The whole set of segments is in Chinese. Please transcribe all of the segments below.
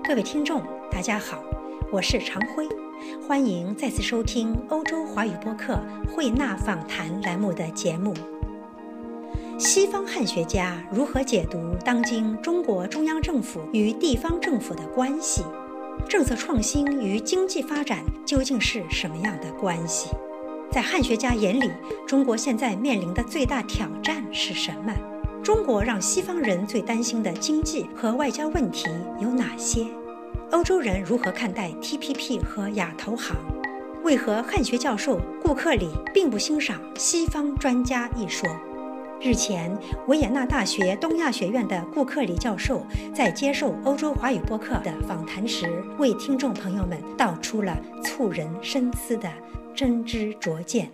各位听众，大家好，我是常辉，欢迎再次收听欧洲华语播客慧纳访谈栏目的节目。西方汉学家如何解读当今中国中央政府与地方政府的关系？政策创新与经济发展究竟是什么样的关系？在汉学家眼里，中国现在面临的最大挑战是什么？中国让西方人最担心的经济和外交问题有哪些？欧洲人如何看待 TPP 和亚投行？为何汉学教授顾克里并不欣赏西方专家一说？日前，维也纳大学东亚学院的顾克里教授在接受欧洲华语播客的访谈时，为听众朋友们道出了促人深思的真知灼见。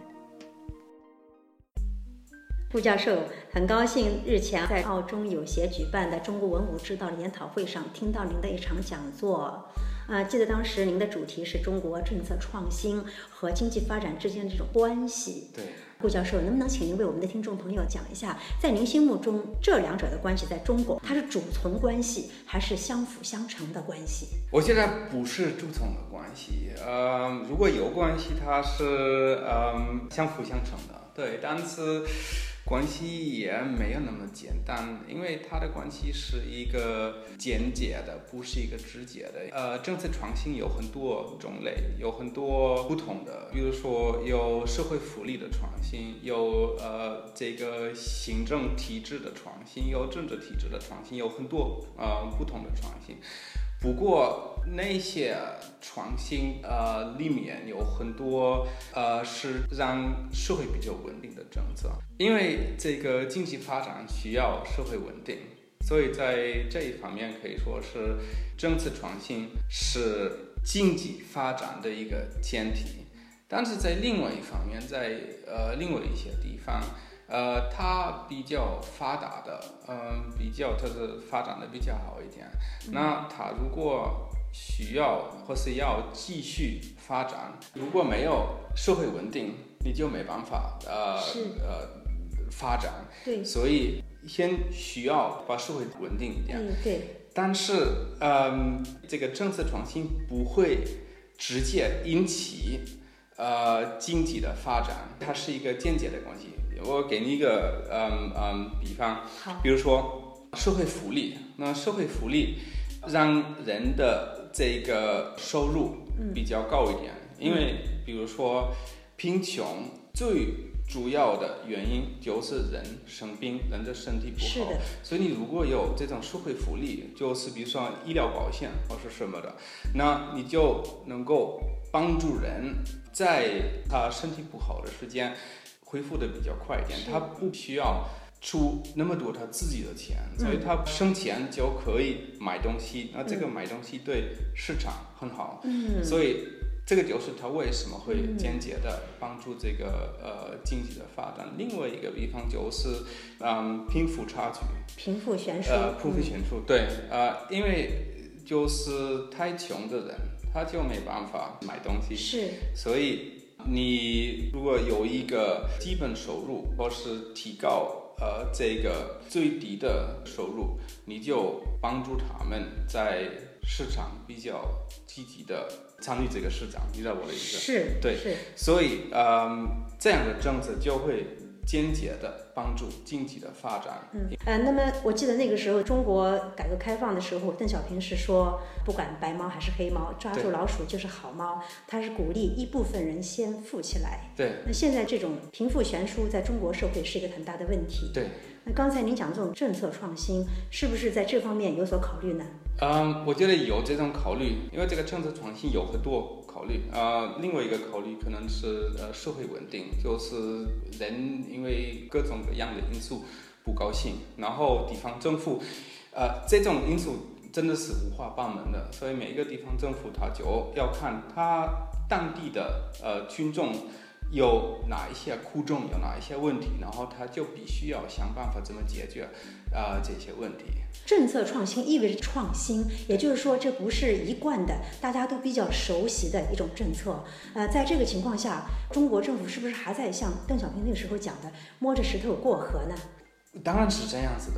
顾教授，很高兴日前在澳中有协举办的中国文武之道的研讨会上听到您的一场讲座。记得当时您的主题是中国政策创新和经济发展之间这种关系。 对， 顾教授，能不能请您为我们的听众朋友讲一下，在您心目中这两者的关系在中国，它是主从关系还是相辅相成的关系？ 我觉得不是主从的关系，如果有关系，它是相辅相成的，对，但是关系也没有那么简单，因为它的关系是一个间接的，不是一个直接的。政策创新有很多种类，有很多不同的，比如说有社会福利的创新，有这个行政体制的创新，有政治体制的创新，有很多不同的创新。不过那些创新里面有很多是让社会比较稳定的政策，因为这个经济发展需要社会稳定，所以在这一方面可以说是政策创新是经济发展的一个前提。但是在另外一方面，在另外一些地方它比较发达的，它是发展的比较好一点。那它如果需要或是要继续发展，如果没有社会稳定，你就没办法发展。 对， 所以先需要把社会稳定一点。 对。 但是这个政策创新不会直接引起经济的发展，它是一个间接的关系。我给你一个比方，比如说社会福利，那社会福利让人的这个收入比较高一点，因为比如说贫穷最主要的原因就是人生病，人的身体不好，所以你如果有这种社会福利，就是比如说医疗保险或是什么的，那你就能够帮助人在他身体不好的时间恢复的比较快一点，他不需要出那么多他自己的钱，所以他生钱就可以买东西，那这个买东西对市场很好，所以这个就是他为什么会间接的帮助这个经济的发展。另外一个地方就是贫富差距， 贫富悬殊， 对，因为就是太穷的人他就没办法买东西，所以你如果有一个基本收入，或是提高这个最低的收入，你就帮助他们在市场比较积极的参与这个市场，你知道我的意思？对，所以这样的政策就会间接的帮助经济的发展。 那么我记得那个时候中国改革开放的时候，邓小平是说，不管白猫还是黑猫，抓住老鼠就是好猫，他是鼓励一部分人先富起来。 对。 那现在这种贫富悬殊在中国社会是一个很大的问题。 对。 那刚才您讲这种政策创新，是不是在这方面有所考虑呢？ 我觉得有这种考虑，因为这个政策创新有很多考虑。另外一个考虑可能是社会稳定，就是人因为各种各样的因素不高兴，然后地方政府这种因素真的是五花八门的，所以每一个地方政府他就要看他当地的群众有哪一些苦衷，有哪一些问题，然后他就必须要想办法怎么解决这些问题。 政策创新意味着创新，也就是说这不是一贯的大家都比较熟悉的一种政策。在这个情况下，中国政府是不是还在像邓小平那个时候讲的摸着石头过河呢？ 当然是这样子的，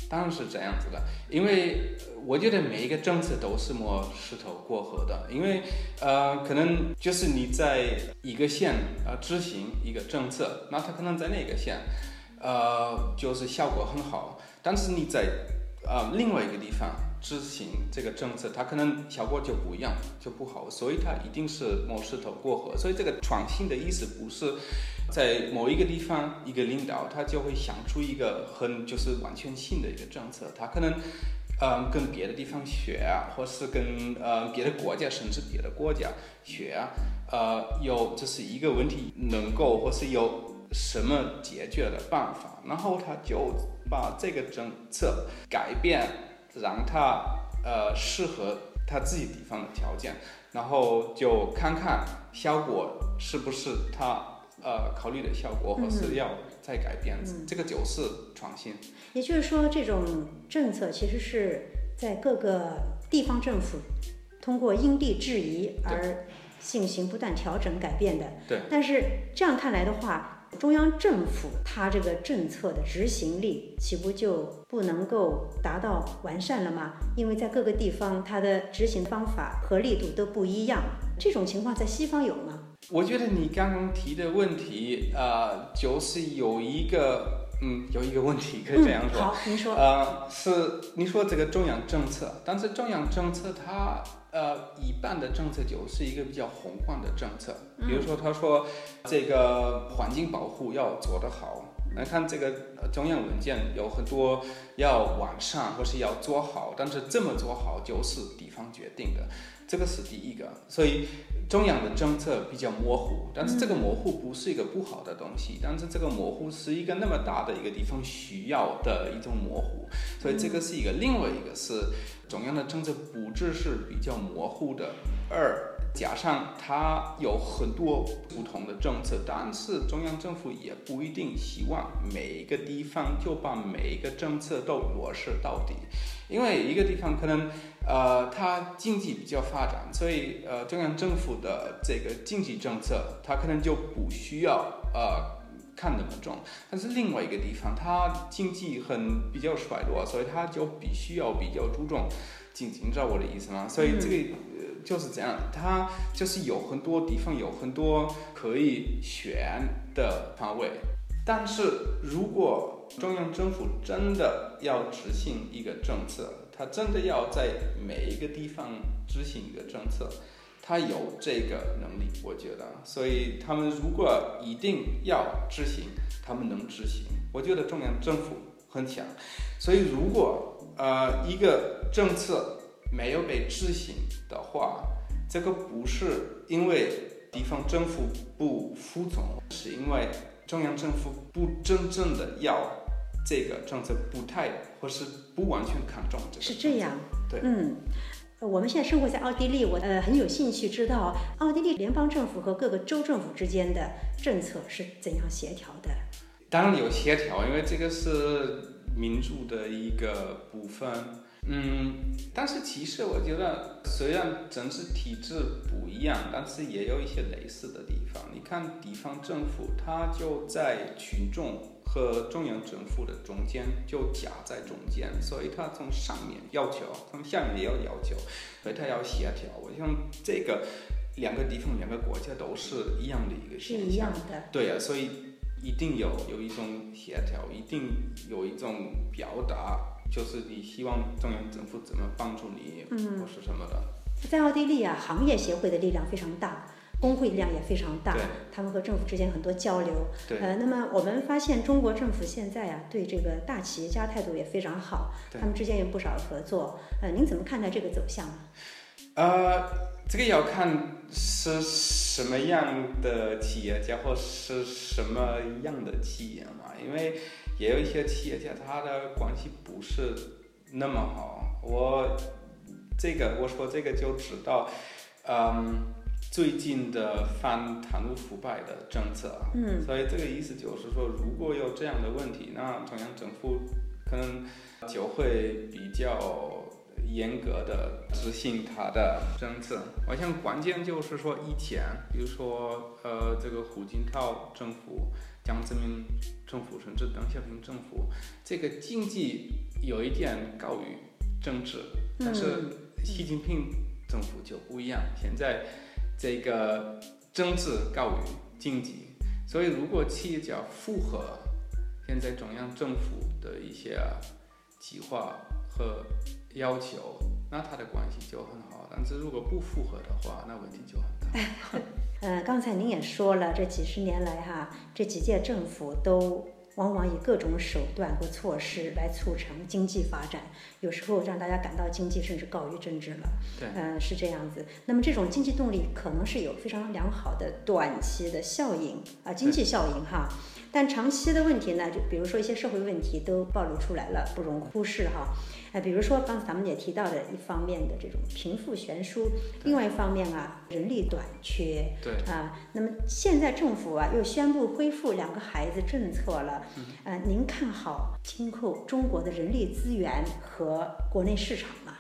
当然是这样子的，因为我觉得每一个政策都是摸石头过河的，因为可能就是你在一个县执行一个政策，那它可能在那个县就是效果很好，但是你在另外一个地方执行这个政策，它可能效果就不一样，就不好，所以它一定是摸石头过河。所以这个创新的意思不是在某一个地方一个领导他就会想出一个就是完全新的一个政策，他可能跟别的地方学啊，或是跟别的国家甚至别的国家学啊，有就是一个问题能够或是有什么解决的办法，然后他就把这个政策改变，让它适合他自己地方的条件，然后就看看效果是不是他考虑的效果，或是要再改变，这个就是创新。 也就是说，这种政策其实是在各个地方政府通过因地制宜而进行不断调整改变的。 对。 但是这样看来的话，中央政府它这个政策的执行力岂不就不能够达到完善了吗？因为在各个地方它的执行方法和力度都不一样，这种情况在西方有吗？ 我觉得你刚刚提的问题就是有一个问题可以这样说。 好，您说。 是你说这个中央政策，但是中央政策它一般的政策就是一个比较宏观的政策，比如说他说这个环境保护要做得好，来看这个中央文件有很多要完善或是要做好，但是这么做好就是地方决定的，这个是第一个。所以中央的政策比较模糊，但是这个模糊不是一个不好的东西，但是这个模糊是一个那么大的一个地方需要的一种模糊，所以这个是一个。另外一个是中央的政策不只是比较模糊的，加上它有很多不同的政策，但是中央政府也不一定希望每一个地方就把每一个政策都落实到底，因为一个地方可能它经济比较发展，所以中央政府的这个经济政策它可能就不需要看那么重，但是另外一个地方它经济比较衰落，所以它就必须要比较注重经济，你知道我的意思吗？所以这个就是这样，它就是有很多地方有很多可以选的范围，但是如果中央政府真的要执行一个政策，它真的要在每一个地方执行一个政策，他有这个能力，我觉得，所以他们如果一定要执行，他们能执行。我觉得中央政府很强，所以如果一个政策没有被执行的话，这个不是因为地方政府不服从，是因为中央政府不真正的要这个政策，不太或是不完全看重这个政策。 是这样， 对， 我们现在生活在奥地利，我很有兴趣知道奥地利联邦政府和各个州政府之间的政策是怎样协调的。 当然有协调，因为这个是民主的一个部分。但是其实我觉得，虽然政治体制不一样，但是也有一些类似的地方。你看地方政府，它就在群众和中央政府的中间，就夹在中间，所以它从上面要求，从下面也要要求，所以它要协调。我想这个两个地方、两个国家都是一样的一个现象， 是一样的。 对啊，所以一定有一种协调，一定有一种表达。就是你希望中央政府怎么帮助你，或是什么的。 在奥地利啊，行业协会的力量非常大，工会力量也非常大，他们和政府之间很多交流。那么我们发现中国政府现在啊，对这个大企业家态度也非常好，他们之间有不少的合作。您怎么看待这个走向呢？ 这个要看是什么样的企业家或是什么样的企业嘛，因为也有一些企业家他的关系不是那么好。我说这个就知道，最近的反贪污腐败的政策，所以这个意思就是说，如果有这样的问题，那中央政府可能就会比较严格的执行它的政策。我想关键就是说以前，比如说这个胡锦涛政府， 江泽民政府甚至邓小平政府，这个经济有一点高于政治，但是习近平政府就不一样，现在这个政治高于经济，所以如果企业家符合现在中央政府的一些计划和要求，那他的关系就很好。但是如果不符合的话，那问题就很大。 刚才您也说了，这几十年来这几届政府都往往以各种手段和措施来促成经济发展，有时候让大家感到经济甚至高于政治了。 对， 是这样子。那么这种经济动力可能是有非常良好的短期的效应经济效应但长期的问题呢，就比如说一些社会问题都暴露出来了，不容忽视比如说刚才咱们也提到的一方面的这种贫富悬殊，另外一方面人力短缺， 对那么现在政府又宣布恢复2个孩子政策了，您看好今后中国的人力资源和国内市场吗？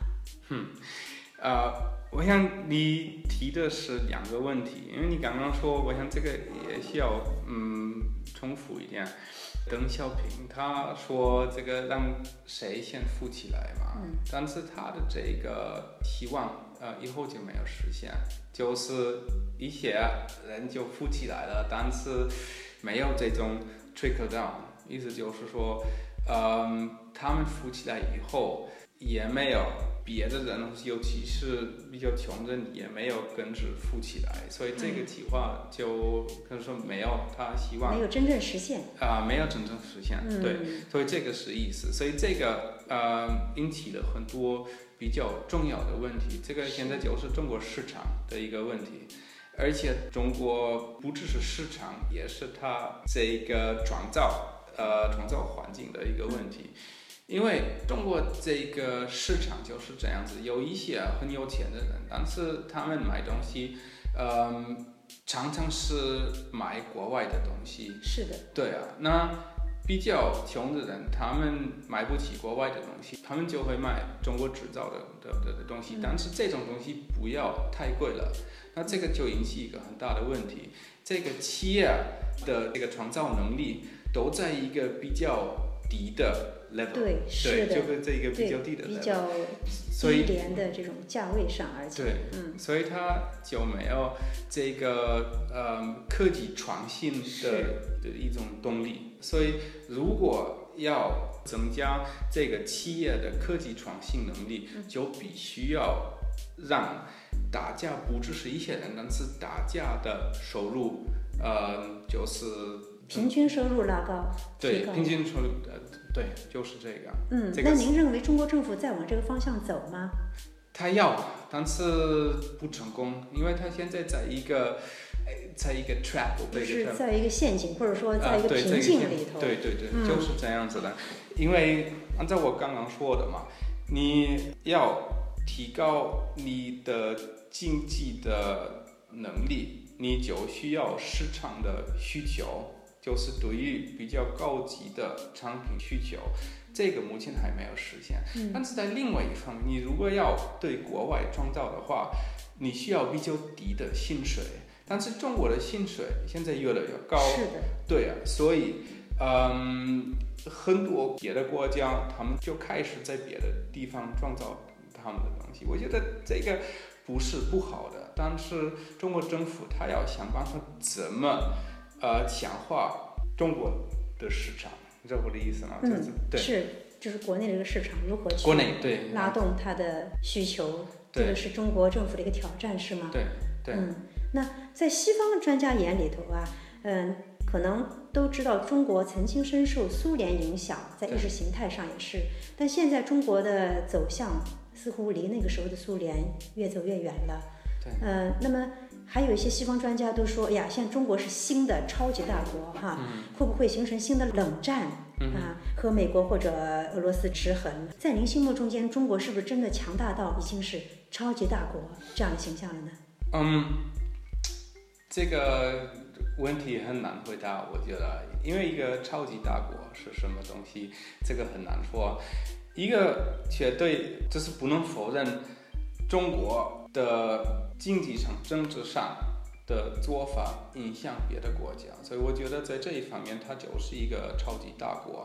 我想你提的是2个问题，因为你刚刚说，我想这个也需要重复一点。邓小平他说这个让谁先富起来嘛，但是他的这个希望以后就没有实现，就是一些人就富起来了，但是没有这种 trickle down， 意思就是说他们富起来以后也没有别的人，尤其是比较穷的人也没有跟着富起来，所以这个计划就可能说没有他希望没有真正实现没有真正实现，对，所以这个是意思，所以这个引起了很多比较重要的问题，这个现在就是中国市场的一个问题，而且中国不只是市场，也是它这个创造环境的一个问题。因为中国这个市场就是这样子，有一些很有钱的人，但是他们买东西，常常是买国外的东西。 是的。 对那比较穷的人，他们买不起国外的东西，他们就会买中国制造的东西，但是这种东西不要太贵了，那这个就引起一个很大的问题。这个企业的这个创造能力都在一个比较低的level， 对，是的， 就是这个比较低的 level， 比较低廉的这种价位上，而且对，所以它就没有这个科技创新的一种动力。所以如果要增加这个企业的科技创新能力，就必须要让大家不只是一些人，但是大家的收入就是平均收入拉高， 对，平均收入对，就是这个。 那您认为中国政府在往这个方向走吗？ 他要，但是不成功，因为他现在在一个 trap， 就是在一个陷阱，或者说在一个瓶颈里头。 对，就是这样子的。因为按照我刚刚说的嘛，你要提高你的经济的能力，你就需要市场的需求。就是对于比较高级的产品需求，这个目前还没有实现。但是在另外一方面，你如果要对国外创造的话，你需要比较低的薪水。但是中国的薪水现在越来越高， 是的， 对所以很多别的国家他们就开始在别的地方创造他们的东西。我觉得这个不是不好的，但是中国政府他要想办法怎么强化中国的市场，你知道我的意思吗？ 就是国内这个市场如何去拉动它的需求，这个是中国政府的一个挑战，是吗？ 对。 那在西方专家眼里头可能都知道中国曾经深受苏联影响，在意识形态上也是，但现在中国的走向似乎离那个时候的苏联越走越远了。那么还有一些西方专家都说，现在中国是新的超级大国会不会形成新的冷战和美国或者俄罗斯持衡？在您心目中间，中国是不是真的强大到已经是超级大国这样的形象了呢？ 这个问题很难回答，我觉得，因为一个超级大国是什么东西，这个很难说。一个绝对就是不能否认，中国的经济上、政治上的做法影响别的国家，所以我觉得在这一方面，它就是一个超级大国。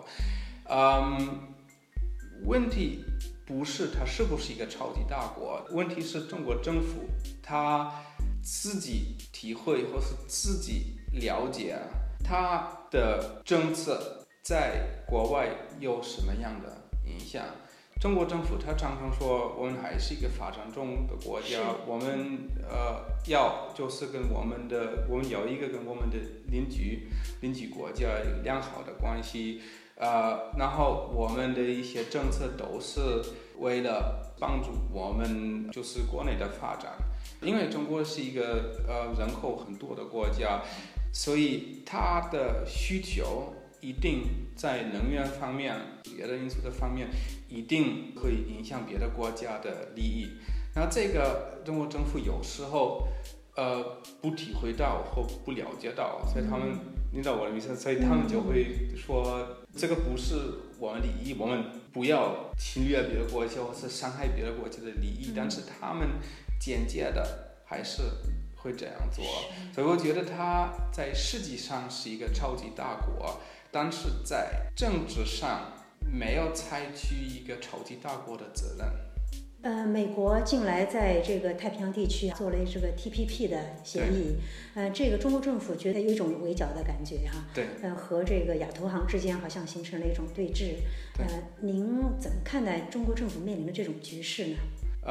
问题不是它是不是一个超级大国，问题是中国政府它自己体会或是自己了解它的政策在国外有什么样的影响。中国政府它常常说我们还是一个发展中的国家，我们要就是我们有一个跟我们的邻居国家有良好的关系，然后我们的一些政策都是为了帮助我们就是国内的发展，因为中国是一个人口很多的国家，所以它的需求一定在能源方面、别的因素的方面，一定会影响别的国家的利益。那这个中国政府有时候不体会到或不了解到，所以他们，你知道我的意思，所以他们就会说这个不是我们利益，我们不要侵略别的国家或是伤害别的国家的利益，但是他们间接的还是会这样做。所以我觉得他在实际上是一个超级大国，但是在政治上没有采取一个超级大国的责任。 美国近来在这个太平洋地区做了这个 TPP 的协议，这个中国政府觉得有一种围剿的感觉哈， 对， 和这个亚投行之间好像形成了一种对峙，您怎么看待中国政府面临的这种局势呢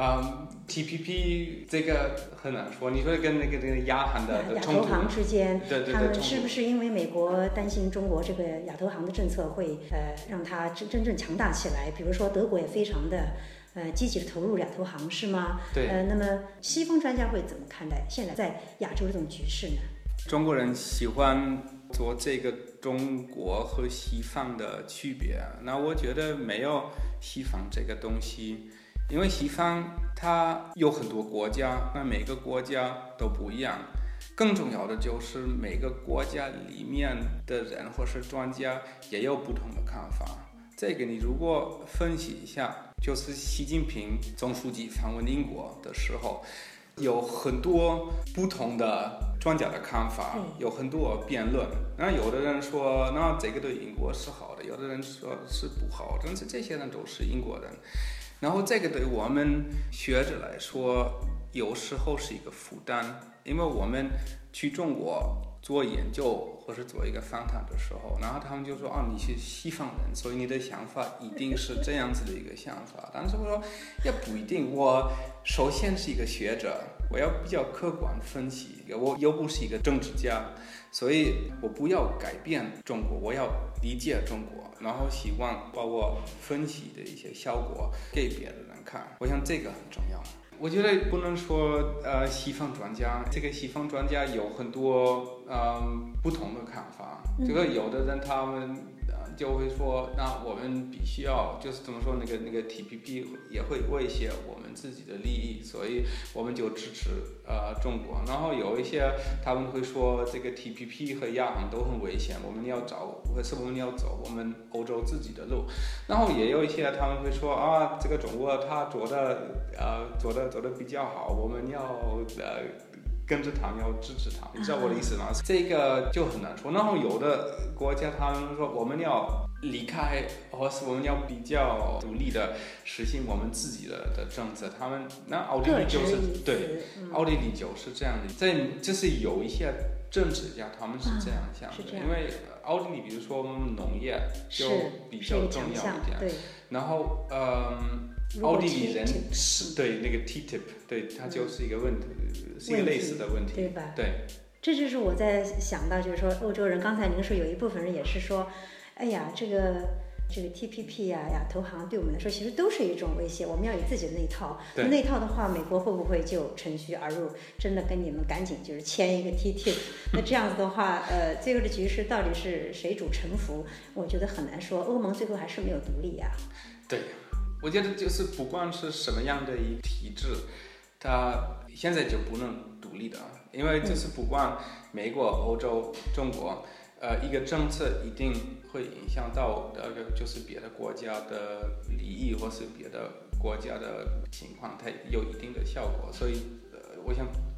？TPP 这个很难说，你说跟那个亚行的亚投行之间， 对他们是不是因为美国担心中国这个亚投行的政策会让它真正强大起来？比如说德国也非常的积极的投入亚投行，是吗？ 对。 那么西方专家会怎么看待现在在亚洲这种局势呢？ 中国人喜欢做这个中国和西方的区别，那我觉得没有西方这个东西。因为西方它有很多国家，那每个国家都不一样。更重要的就是每个国家里面的人或是专家也有不同的看法。这个你如果分析一下，就是习近平总书记访问英国的时候，有很多不同的专家的看法，有很多辩论。那有的人说，那这个对英国是好的，有的人说是不好，但是这些人都是英国人。然后这个对我们学者来说，有时候是一个负担，因为我们去中国做研究或是做一个访谈的时候，然后他们就说你是西方人，所以你的想法一定是这样子的一个想法。但是我说也不一定，我首先是一个学者，我要比较客观分析，我又不是一个政治家，所以我不要改变中国，我要理解中国，然后希望把我分析的一些效果给别的人看，我想这个很重要。我觉得不能说西方专家，这个西方专家有很多不同的看法。这个有的人他们就会说，那我们必须要就是怎么说，那个 TPP 也会威胁我们自己的利益，所以我们就支持中国。然后有一些他们会说，这个 TPP 和亚行都很危险，我们要走我们欧洲自己的路。然后也有一些他们会说这个中国他做的比较好，我们要跟着他们，要支持他们，你知道我的意思吗？这个就很难说。然后有的国家他们说我们要离开，或是我们要比较独立的实行我们自己的政策。他们那奥地利就是对，奥地利就是这样的。就是有一些政治家他们是这样想的，因为奥地利比如说农业就比较重要一点，然后奥地利人是对那个 TTIP， 对它就是一个问题，是一个类似的问题， 对吧？ 对， 这就是我在想到，就是说欧洲人，刚才您说有一部分人也是说，哎呀，这个 TPP 亚投行对我们来说其实都是一种威胁，我们要有自己的那套。那套的话，美国会不会就趁虚而入，真的跟你们赶紧就是签一个 TTIP？ 那这样子的话，最后的局势到底是谁主沉浮？我觉得很难说。欧盟最后还是没有独立呀。 对。我觉得就是不管是什么样的一体制，它现在就不能独立的，因为就是不管美国、欧洲、中国，一个政策一定会影响到就是别的国家的利益或是别的国家的情况，它有一定的效果，所以我想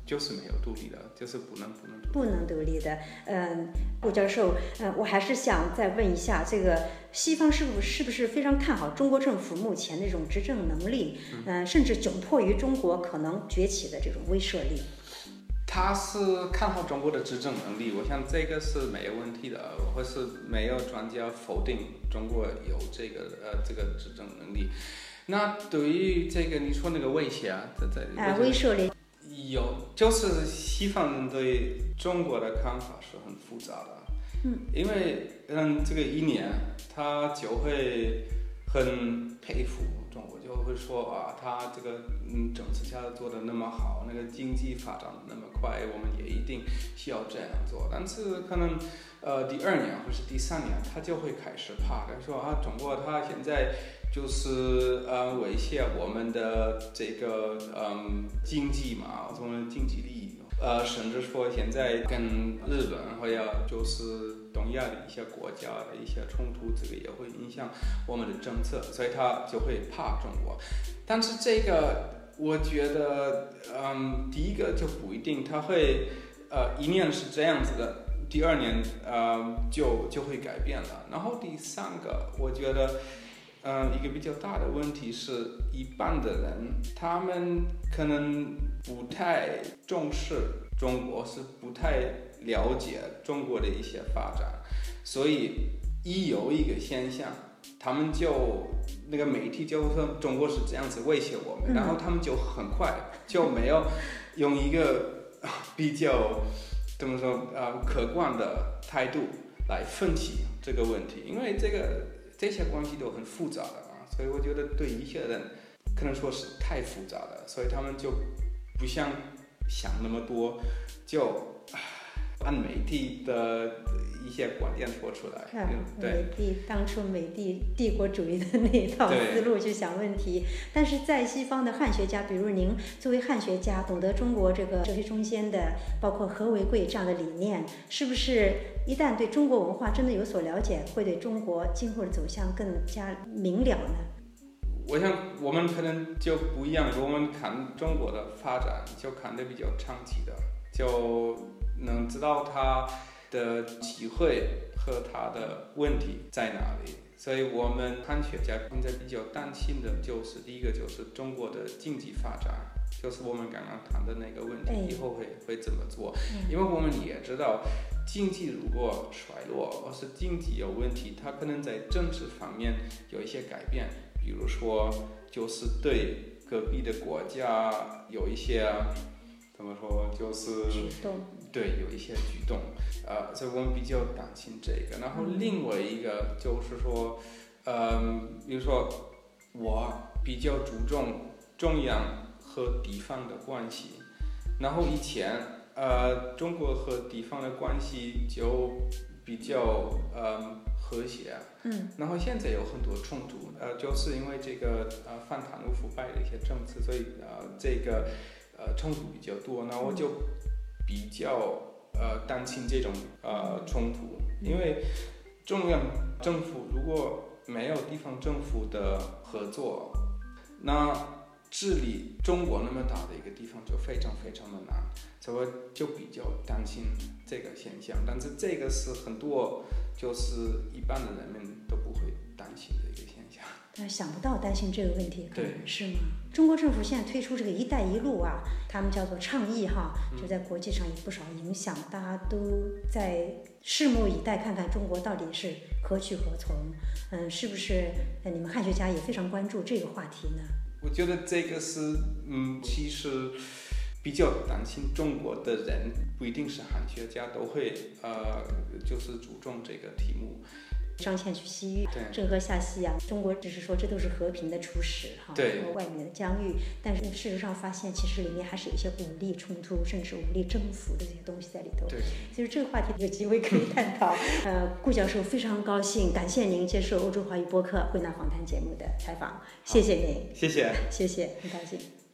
就是没有独立的，就是不能独立的。顾教授，我还是想再问一下，这个西方是不是非常看好中国政府目前的这种执政能力，甚至窘迫于中国可能崛起的这种威慑力？ 他是看好中国的执政能力，我想这个是没有问题的，或是没有专家否定中国有这个执政能力。那对于这个你说那个威胁威慑力有，就是西方人对中国的看法是很复杂的，因为这个一年他就会很佩服中国，就会说啊，他这个政治家做的那么好，那个经济发展的那么快，我们也一定需要这样做。但是可能第2年或是第3年，他就会开始怕，他说啊，中国他现在就是威胁我们的这个经济嘛，我们的经济利益，甚至说现在跟日本或者就是东亚的一些国家的一些冲突，这个也会影响我们的政策，所以他就会怕中国。但是这个我觉得第一个就不一定，他会1年是这样子的，第2年就会改变了。然后第3个我觉得一个比较大的问题是，一般的人他们可能不太重视中国，是不太了解中国的一些发展，所以有一个现象，他们就那个媒体就说中国是这样子威胁我们，然后他们就很快就没有用一个比较怎么说客观的态度来分析这个问题，因为这些关系都很复杂的嘛，所以我觉得对一些人可能说是太复杂了，所以他们就不想那么多，就按美帝的一些观点说出来。 美帝当初美帝帝国主义的那一套思路去想问题，但是在西方的汉学家，比如您作为汉学家，懂得中国这个哲学中间的包括和为贵这样的理念，是不是一旦对中国文化真的有所了解，会对中国今后的走向更加明了呢？ 我想我们可能就不一样，我们看中国的发展就看得比较长期的，就能知道它的机会和它的问题在哪里。所以我们汉学家现在比较担心的就是第一个就是中国的经济发展，就是我们刚刚谈的那个问题，以后会怎么做？因为我们也知道，经济如果衰落或是经济有问题，它可能在政治方面有一些改变，比如说就是对隔壁的国家有一些怎么说，就是举动， 对，有一些举动，所以我们比较担心这个。然后另外一个就是说，比如说我比较注重中央和地方的关系，然后以前中国和地方的关系就比较和谐，然后现在有很多冲突，就是因为这个反贪污腐败的一些政策，所以这个冲突比较多，那我就比较担心这种冲突，因为中央政府如果没有地方政府的合作，那治理中国那么大的一个地方就非常非常的难，所以我就比较担心这个现象。但是这个是很多就是一般的人们都不会担心的一个现象。 想不到担心这个问题， 对， 是吗？中国政府现在推出这个“一带一路”啊，他们叫做倡议哈，就在国际上有不少影响，大家都在拭目以待，看看中国到底是何去何从。是不是你们汉学家也非常关注这个话题呢？ 我觉得这个是其实比较担心中国的人，不一定是汉学家，都会就是注重这个题目。 张骞去西域，郑和下西洋，中国只是说这都是和平的初始哈，和外面的疆域，但是事实上发现其实里面还是有一些武力冲突，甚至武力征服的这些东西在里头。 对， 其实这个话题有机会可以探讨。顾教授非常高兴，感谢您接受欧洲华语播客慧纳访谈节目的采访，谢谢您， 谢谢， 谢谢，很高兴。